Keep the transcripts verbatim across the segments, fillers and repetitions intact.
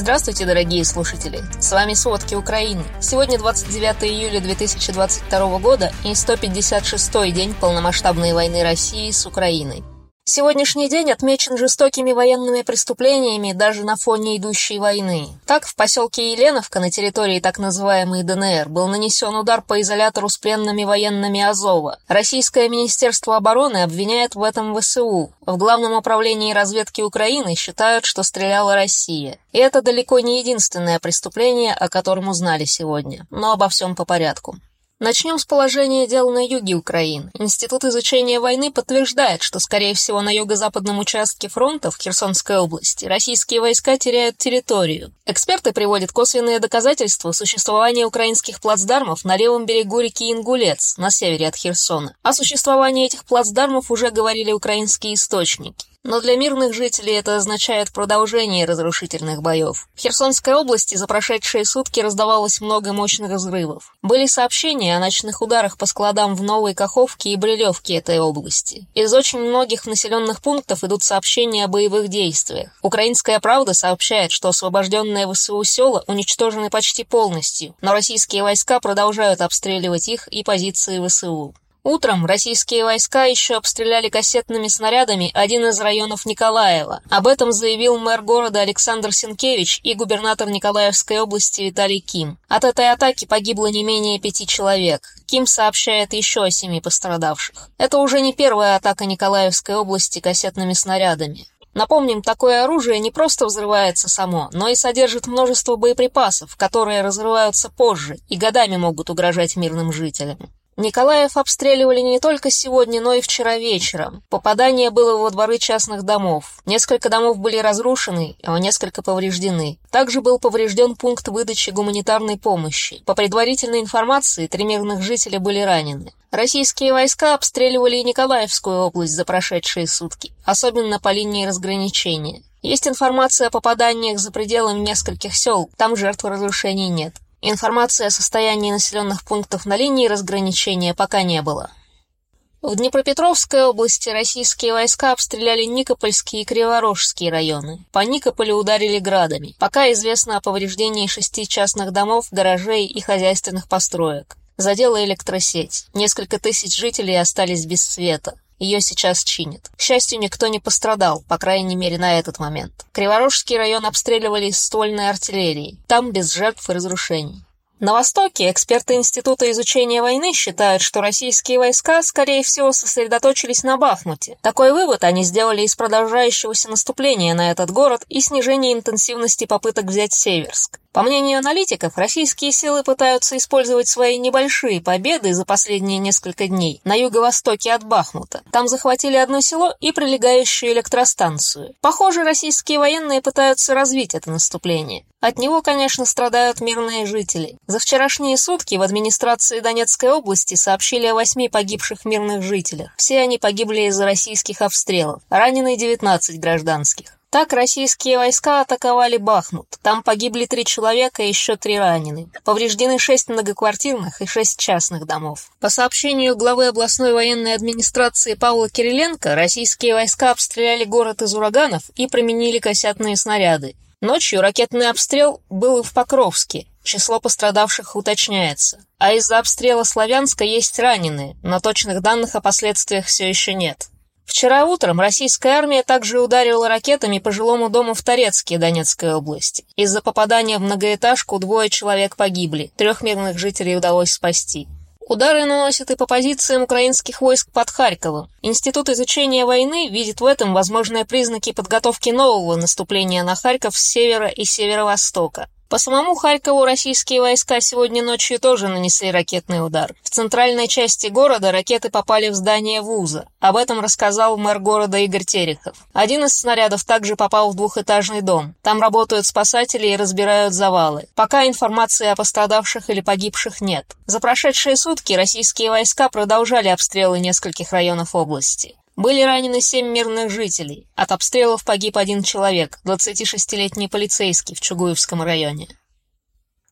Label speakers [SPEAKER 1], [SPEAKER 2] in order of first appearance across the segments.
[SPEAKER 1] Здравствуйте, дорогие слушатели! С вами «Сводки Украины». Сегодня двадцать девятое июля две тысячи двадцать второго года и сто пятьдесят шестой день полномасштабной войны России с Украиной. Сегодняшний день отмечен жестокими военными преступлениями даже на фоне идущей войны. Так, в поселке Еленовка на территории так называемой ДНР был нанесен удар по изолятору с пленными военными Азова. Российское Министерство обороны обвиняет в этом ВСУ. В Главном управлении разведки Украины считают, что стреляла Россия. И это далеко не единственное преступление, о котором узнали сегодня. Но обо всем по порядку. Начнем с положения дел на юге Украины. Институт изучения войны подтверждает, что, скорее всего, на юго-западном участке фронта в Херсонской области российские войска теряют территорию. Эксперты приводят косвенные доказательства существования украинских плацдармов на левом берегу реки Ингулец, на севере от Херсона. О существовании этих плацдармов уже говорили украинские источники. Но для мирных жителей это означает продолжение разрушительных боев. В Херсонской области за прошедшие сутки раздавалось много мощных взрывов. Были сообщения о ночных ударах по складам в Новой Каховке и Брилевке этой области. Из очень многих населенных пунктов идут сообщения о боевых действиях. Украинская правда сообщает, что освобожденные ВСУ села уничтожены почти полностью, но российские войска продолжают обстреливать их и позиции ВСУ. Утром российские войска еще обстреляли кассетными снарядами один из районов Николаева. Об этом заявил мэр города Александр Сенкевич и губернатор Николаевской области Виталий Ким. От этой атаки погибло не менее пяти человек. Ким сообщает еще о семи пострадавших. Это уже не первая атака Николаевской области кассетными снарядами. Напомним, такое оружие не просто взрывается само, но и содержит множество боеприпасов, которые разрываются позже и годами могут угрожать мирным жителям. Николаев обстреливали не только сегодня, но и вчера вечером. Попадание было во дворы частных домов. Несколько домов были разрушены, а несколько повреждены. Также был поврежден пункт выдачи гуманитарной помощи. По предварительной информации, три мирных жителя были ранены. Российские войска обстреливали и Николаевскую область за прошедшие сутки, особенно по линии разграничения. Есть информация о попаданиях за пределами нескольких сел, там жертв разрушений нет. Информации о состоянии населенных пунктов на линии разграничения пока не было. В Днепропетровской области российские войска обстреляли Никопольские и Криворожские районы. По Никополю ударили градами. Пока известно о повреждении шести частных домов, гаражей и хозяйственных построек. Задела электросеть. Несколько тысяч жителей остались без света. Ее сейчас чинят. К счастью, никто не пострадал, по крайней мере, на этот момент. Криворожский район обстреливали из ствольной артиллерии. Там без жертв и разрушений. На востоке эксперты Института изучения войны считают, что российские войска, скорее всего, сосредоточились на Бахмуте. Такой вывод они сделали из продолжающегося наступления на этот город и снижения интенсивности попыток взять Северск. По мнению аналитиков, российские силы пытаются использовать свои небольшие победы за последние несколько дней на юго-востоке от Бахмута. Там захватили одно село и прилегающую электростанцию. Похоже, российские военные пытаются развить это наступление. От него, конечно, страдают мирные жители. За вчерашние сутки в администрации Донецкой области сообщили о восьми погибших мирных жителях. Все они погибли из-за российских обстрелов. Ранены девятнадцать гражданских. Так российские войска атаковали Бахмут. Там погибли три человека и еще три ранены. Повреждены шесть многоквартирных и шесть частных домов. По сообщению главы областной военной администрации Павла Кириленко, российские войска обстреляли город из ураганов и применили кассетные снаряды. Ночью ракетный обстрел был и в Покровске. Число пострадавших уточняется. А из-за обстрела Славянска есть раненые, но точных данных о последствиях все еще нет. Вчера утром российская армия также ударила ракетами по жилому дому в Торецке Донецкой области. Из-за попадания в многоэтажку двое человек погибли, трех мирных жителей удалось спасти. Удары наносят и по позициям украинских войск под Харьковом. Институт изучения войны видит в этом возможные признаки подготовки нового наступления на Харьков с севера и северо-востока. По самому Харькову российские войска сегодня ночью тоже нанесли ракетный удар. В центральной части города ракеты попали в здание вуза. Об этом рассказал мэр города Игорь Терехов. Один из снарядов также попал в двухэтажный дом. Там работают спасатели и разбирают завалы. Пока информации о пострадавших или погибших нет. За прошедшие сутки российские войска продолжали обстрелы нескольких районов области. Были ранены семь мирных жителей. От обстрелов погиб один человек, двадцатишестилетний полицейский в Чугуевском районе.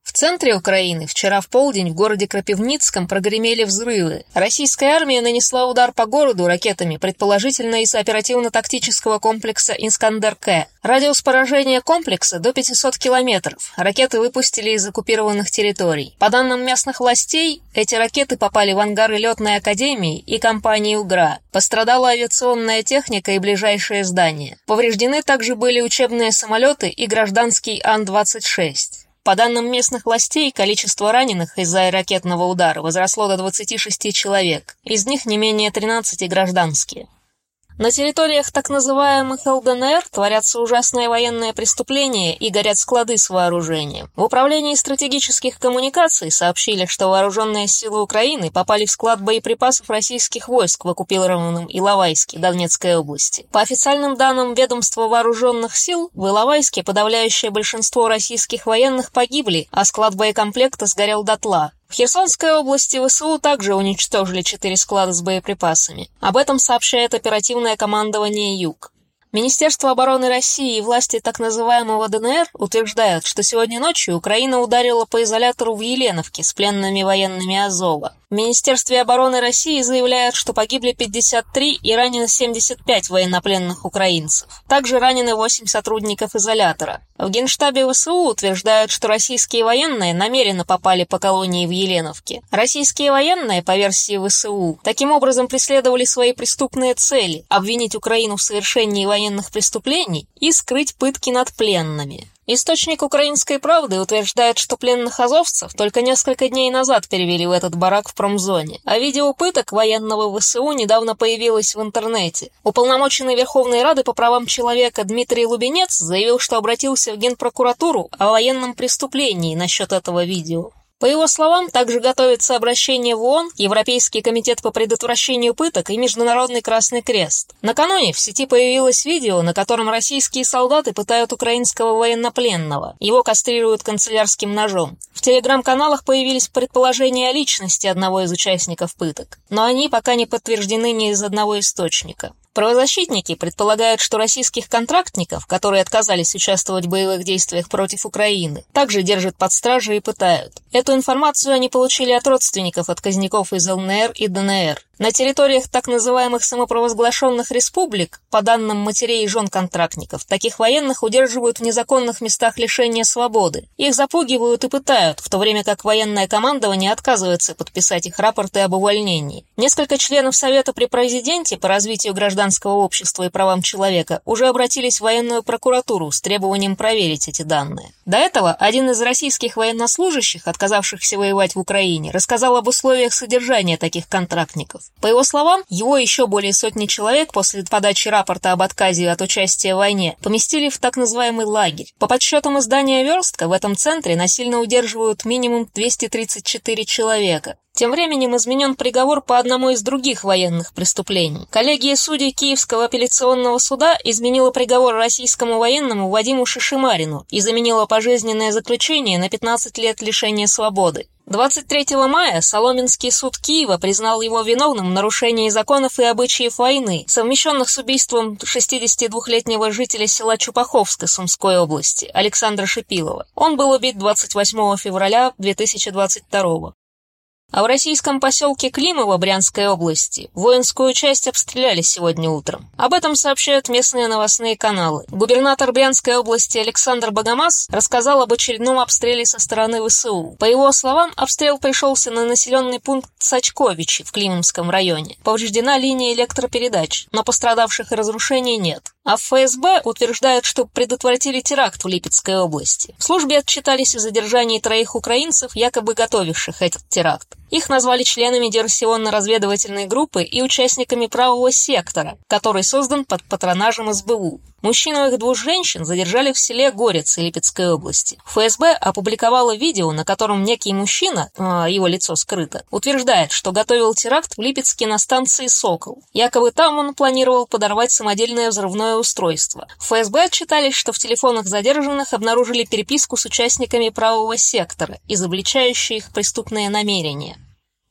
[SPEAKER 1] В центре Украины вчера в полдень в городе Крапивницком прогремели взрывы. Российская армия нанесла удар по городу ракетами, предположительно из оперативно-тактического комплекса «Искандер-К». Радиус поражения комплекса до пятисот километров. Ракеты выпустили из оккупированных территорий. По данным местных властей, эти ракеты попали в ангары летной академии и компании «Угра». Пострадала авиационная техника и ближайшие здания. Повреждены также были учебные самолеты и гражданский Ан двадцать шесть. По данным местных властей, количество раненых из-за ракетного удара возросло до двадцати шести человек, из них не менее тринадцати гражданские. На территориях так называемых эл дэ эн эр творятся ужасные военные преступления и горят склады с вооружением. В Управлении стратегических коммуникаций сообщили, что вооруженные силы Украины попали в склад боеприпасов российских войск в оккупированном Иловайске Донецкой области. По официальным данным ведомства вооруженных сил, в Иловайске подавляющее большинство российских военных погибли, а склад боекомплекта сгорел дотла. В Херсонской области вэ эс у также уничтожили четыре склада с боеприпасами. Об этом сообщает оперативное командование «Юг». Министерство обороны России и власти так называемого дэ эн эр утверждают, что сегодня ночью Украина ударила по изолятору в Еленовке с пленными военными Азова. В Министерстве обороны России заявляют, что погибли пятьдесят три и ранено семьдесят пять военнопленных украинцев. Также ранены восемь сотрудников изолятора. В Генштабе вэ эс у утверждают, что российские военные намеренно попали по колонии в Еленовке. Российские военные, по версии вэ эс у, таким образом преследовали свои преступные цели – обвинить Украину в совершении военных преступлений и скрыть пытки над пленными. Источник «Украинской правды» утверждает, что пленных азовцев только несколько дней назад перевели в этот барак в промзоне, а видео пыток военного вэ эс у недавно появилось в интернете. Уполномоченный Верховной Рады по правам человека Дмитрий Лубенец заявил, что обратился в Генпрокуратуру о военном преступлении насчет этого видео. По его словам, также готовится обращение в ООН, Европейский комитет по предотвращению пыток и Международный Красный Крест. Накануне в сети появилось видео, на котором российские солдаты пытают украинского военнопленного. Его кастрируют канцелярским ножом. В телеграм-каналах появились предположения о личности одного из участников пыток, но они пока не подтверждены ни из одного источника. Правозащитники предполагают, что российских контрактников, которые отказались участвовать в боевых действиях против Украины, также держат под стражей и пытают. Эту информацию они получили от родственников отказников из эл эн эр и дэ эн эр. На территориях так называемых самопровозглашенных республик, по данным матерей и жен контрактников, таких военных удерживают в незаконных местах лишения свободы. Их запугивают и пытают, в то время как военное командование отказывается подписать их рапорты об увольнении. Несколько членов Совета при президенте по развитию гражданского общества и правам человека уже обратились в военную прокуратуру с требованием проверить эти данные. До этого один из российских военнослужащих, отказавшихся воевать в Украине, рассказал об условиях содержания таких контрактников. По его словам, его и еще более сотни человек после подачи рапорта об отказе от участия в войне поместили в так называемый лагерь. По подсчетам издания «Верстка», в этом центре насильно удерживают минимум двести тридцать четыре человека. Тем временем изменен приговор по одному из других военных преступлений. Коллегия судей Киевского апелляционного суда изменила приговор российскому военному Вадиму Шишимарину и заменила пожизненное заключение на пятнадцать лет лишения свободы. двадцать третьего мая Соломенский суд Киева признал его виновным в нарушении законов и обычаев войны, совмещенных с убийством шестидесятидвухлетнего жителя села Чупаховска Сумской области Александра Шипилова. Он был убит двадцать восьмого февраля две тысячи двадцать второго. А в российском поселке Климово Брянской области воинскую часть обстреляли сегодня утром. Об этом сообщают местные новостные каналы. Губернатор Брянской области Александр Богомаз рассказал об очередном обстреле со стороны вэ эс у. По его словам, обстрел пришелся на населенный пункт Сачковичи в Климовском районе. Повреждена линия электропередач, но пострадавших и разрушений нет. А в эф эс бэ утверждают, что предотвратили теракт в Липецкой области. В службе отчитались о задержании троих украинцев, якобы готовивших этот теракт. Их назвали членами диверсионно-разведывательной группы и участниками правого сектора, который создан под патронажем эс бэ у. Мужчину и их двух женщин задержали в селе Горец Липецкой области. эф эс бэ опубликовало видео, на котором некий мужчина, его лицо скрыто, утверждает, что готовил теракт в Липецке на станции «Сокол». Якобы там он планировал подорвать самодельное взрывное устройство. В эф эс бэ отчитались, что в телефонах задержанных обнаружили переписку с участниками правого сектора, изобличающую их преступные намерения.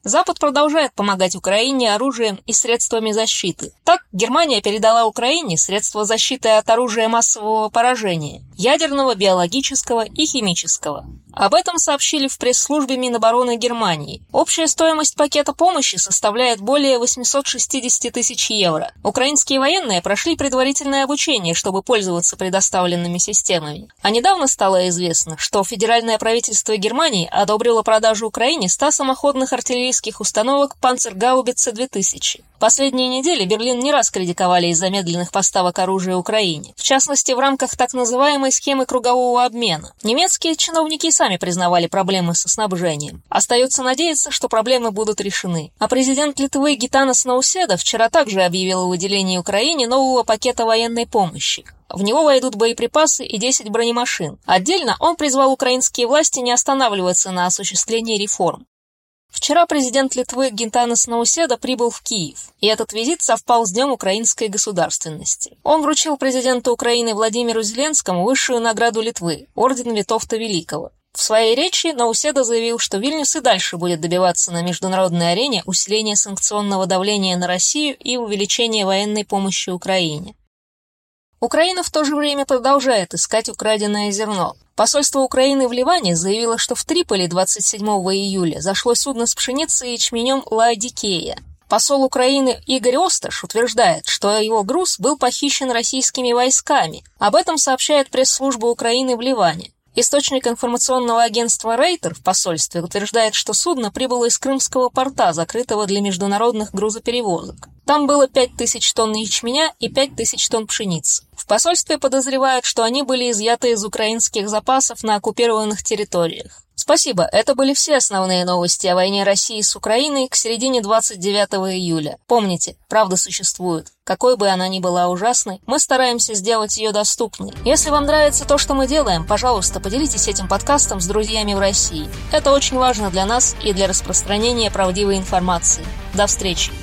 [SPEAKER 1] Запад продолжает помогать Украине оружием и средствами защиты. Так, Германия передала Украине средства защиты от оружия массового поражения, ядерного, биологического и химического. Об этом сообщили в пресс-службе Минобороны Германии. Общая стоимость пакета помощи составляет более восемьсот шестьдесят тысяч евро. Украинские военные прошли предварительное обучение, чтобы пользоваться предоставленными системами. А недавно стало известно, что федеральное правительство Германии одобрило продажу Украине ста самоходных артиллерийских установок «Панцергаубице две тысячи». Последние недели Берлин не раз критиковали из-за медленных поставок оружия Украине, в частности в рамках так называемой схемы кругового обмена. Немецкие чиновники сами признавали проблемы со снабжением. Остается надеяться, что проблемы будут решены. А президент Литвы Гитанас Науседа вчера также объявил о выделении Украине нового пакета военной помощи. В него войдут боеприпасы и десять бронемашин. Отдельно он призвал украинские власти не останавливаться на осуществлении реформ. Вчера президент Литвы Гитанас Науседа прибыл в Киев, и этот визит совпал с Днем украинской государственности. Он вручил президенту Украины Владимиру Зеленскому высшую награду Литвы – орден Витовта Великого. В своей речи Науседа заявил, что Вильнюс и дальше будет добиваться на международной арене усиления санкционного давления на Россию и увеличения военной помощи Украине. Украина в то же время продолжает искать украденное зерно. Посольство Украины в Ливане заявило, что в Триполи двадцать седьмого июля зашло судно с пшеницей и ячменем Лаодикея. Посол Украины Игорь Осташ утверждает, что его груз был похищен российскими войсками. Об этом сообщает пресс-служба Украины в Ливане. Источник информационного агентства Рейтер в посольстве утверждает, что судно прибыло из Крымского порта, закрытого для международных грузоперевозок. Там было пять тысяч тонн ячменя и пять тысяч тонн пшеницы. В посольстве подозревают, что они были изъяты из украинских запасов на оккупированных территориях. Спасибо, это были все основные новости о войне России с Украиной к середине двадцать девятого июля. Помните, правда существует. Какой бы она ни была ужасной, мы стараемся сделать ее доступной. Если вам нравится то, что мы делаем, пожалуйста, поделитесь этим подкастом с друзьями в России. Это очень важно для нас и для распространения правдивой информации. До встречи!